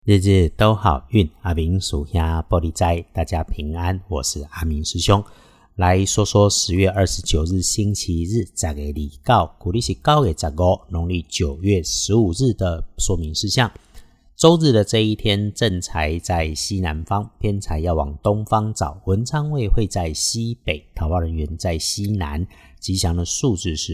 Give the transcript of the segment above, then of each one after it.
日日都好运，阿明属下玻璃斋，大家平安，我是阿明师兄。来说说10月29日星期日10月29，古历是9月15，农历9月15日的说明事项。周日的这一天，正财在西南方，偏财要往东方找，文昌位会在西北，桃花人员在西南，吉祥的数字是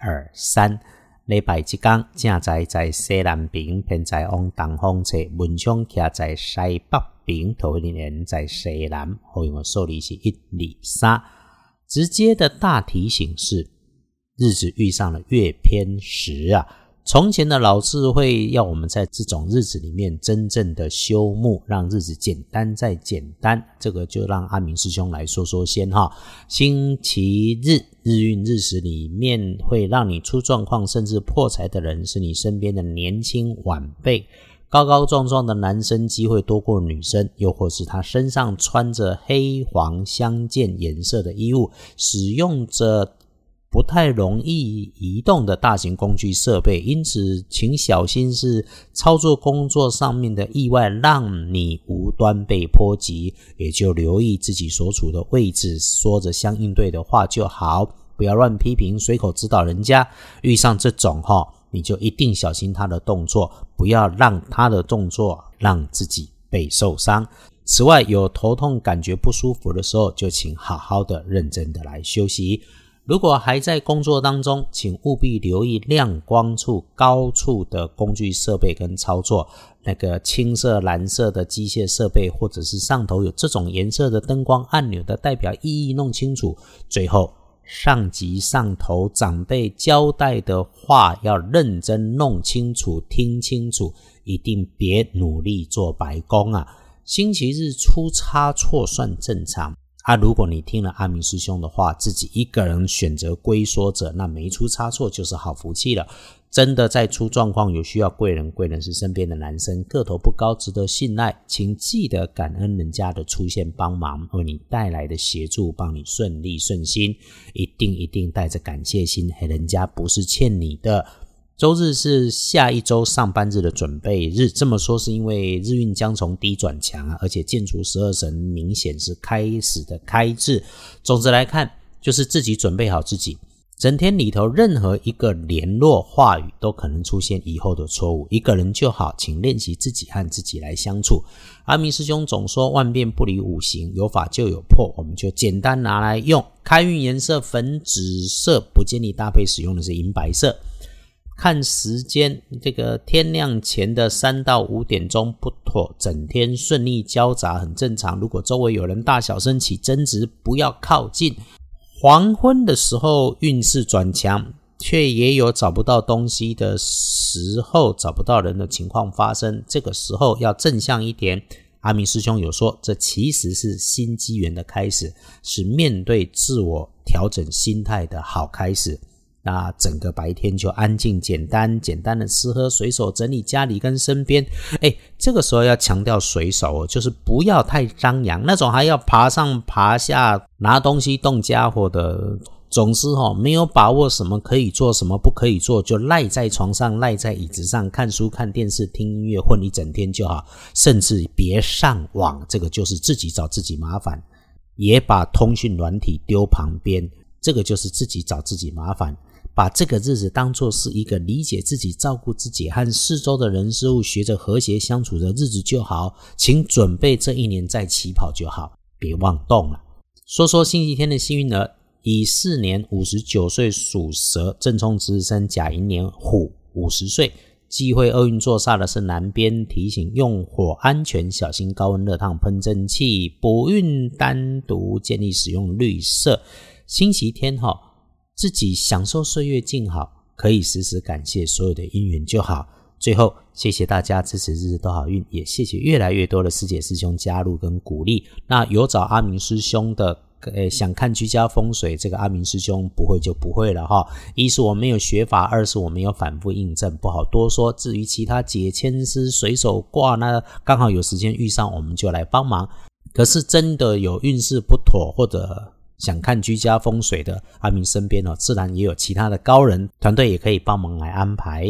1、2、3。礼拜这天，正财在西南边，偏财往东方侧，文昌徛在西北边，桃花人员在西南，好用的数字是1、2、3。直接的大提醒是，日子遇上了月偏食啊。从前的老智慧要我们在这种日子里面真正的修木，让日子简单再简单，这个就让阿明师兄来说说先哈。星期日日运日时里面会让你出状况甚至破财的人是你身边的年轻晚辈，高高壮壮的男生机会多过女生，又或是他身上穿着黑黄相间颜色的衣物，使用着不太容易移动的大型工具设备，因此请小心是操作工作上面的意外让你无端被波及，也就留意自己所处的位置，说着相应对的话就好，不要乱批评随口指导人家。遇上这种你就一定小心他的动作，不要让他的动作让自己被受伤。此外，有头痛感觉不舒服的时候，就请好好的认真的来休息。如果还在工作当中，请务必留意亮光处高处的工具设备跟操作，那个青色蓝色的机械设备，或者是上头有这种颜色的灯光按钮的代表意义弄清楚。最后，上级上头长辈交代的话要认真弄清楚听清楚，一定别努力做白工啊。星期日出差错算正常如果你听了阿明师兄的话，自己一个人选择龟缩者，那没出差错就是好福气了。真的在出状况有需要贵人，贵人是身边的男生，个头不高，值得信赖，请记得感恩人家的出现帮忙，为你带来的协助，帮你顺利顺心，一定带着感谢心，人家不是欠你的。周日是下一周上班日的准备日，这么说是因为日运将从低转强而且建除12神明显是开始的开日。总之来看，就是自己准备好自己，整天里头任何一个联络话语都可能出现以后的错误，一个人就好，请练习自己和自己来相处。阿明师兄总说万变不离五行，有法就有破，我们就简单拿来用。开运颜色粉紫色，不建议搭配使用的是银白色。看时间，这个天亮前的3到5点钟不妥，整天顺利交杂很正常。如果周围有人大小声起争执，不要靠近。黄昏的时候运势转强，却也有找不到东西的时候，找不到人的情况发生，这个时候要正向一点。阿明师兄有说，这其实是新机缘的开始，是面对自我调整心态的好开始。那整个白天就安静简单的吃喝随手整理家里跟身边。这个时候要强调随手就是不要太张扬，那种还要爬上爬下拿东西动家伙的，总之没有把握什么可以做什么不可以做，就赖在床上赖在椅子上看书看电视听音乐混一整天就好，甚至别上网，这个就是自己找自己麻烦。也把通讯软体丢旁边，这个就是自己找自己麻烦。把这个日子当作是一个理解自己照顾自己和四周的人事物学着和谐相处的日子就好，请准备这一年再起跑就好，别妄动了。说说星期天的幸运儿，乙巳年59岁属蛇，正冲值日生甲寅年虎50岁，忌讳厄运坐煞的是南边，提醒用火安全，小心高温热烫喷蒸汽。补运单独建议使用绿色。星期天自己享受岁月静好，可以时时感谢所有的因缘就好。最后谢谢大家支持日日都好运，也谢谢越来越多的师姐师兄加入跟鼓励。那有找阿明师兄的想看居家风水，这个阿明师兄不会就不会了一是我没有学法，二是我没有反复印证，不好多说。至于其他解签师随手挂，那刚好有时间遇上我们就来帮忙。可是真的有运势不妥或者想看居家风水的，阿明身边自然也有其他的高人团队也可以帮忙来安排。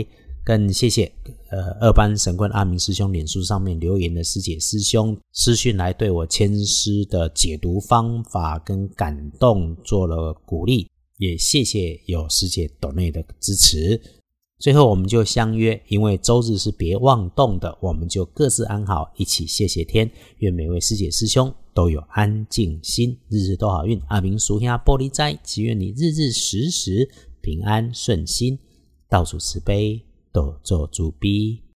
更谢谢二班神棍阿明师兄脸书上面留言的师姐师兄私讯来对我签诗的解读方法跟感动做了鼓励，也谢谢有师姐斗内的支持。最后我们就相约，因为周日是别忘动的，我们就各自安好，一起谢谢天。愿每位师姐师兄都有安静心，日日都好运。阿明属下玻璃斋，祈愿你日日时时平安顺心，到处慈悲，多做主逼。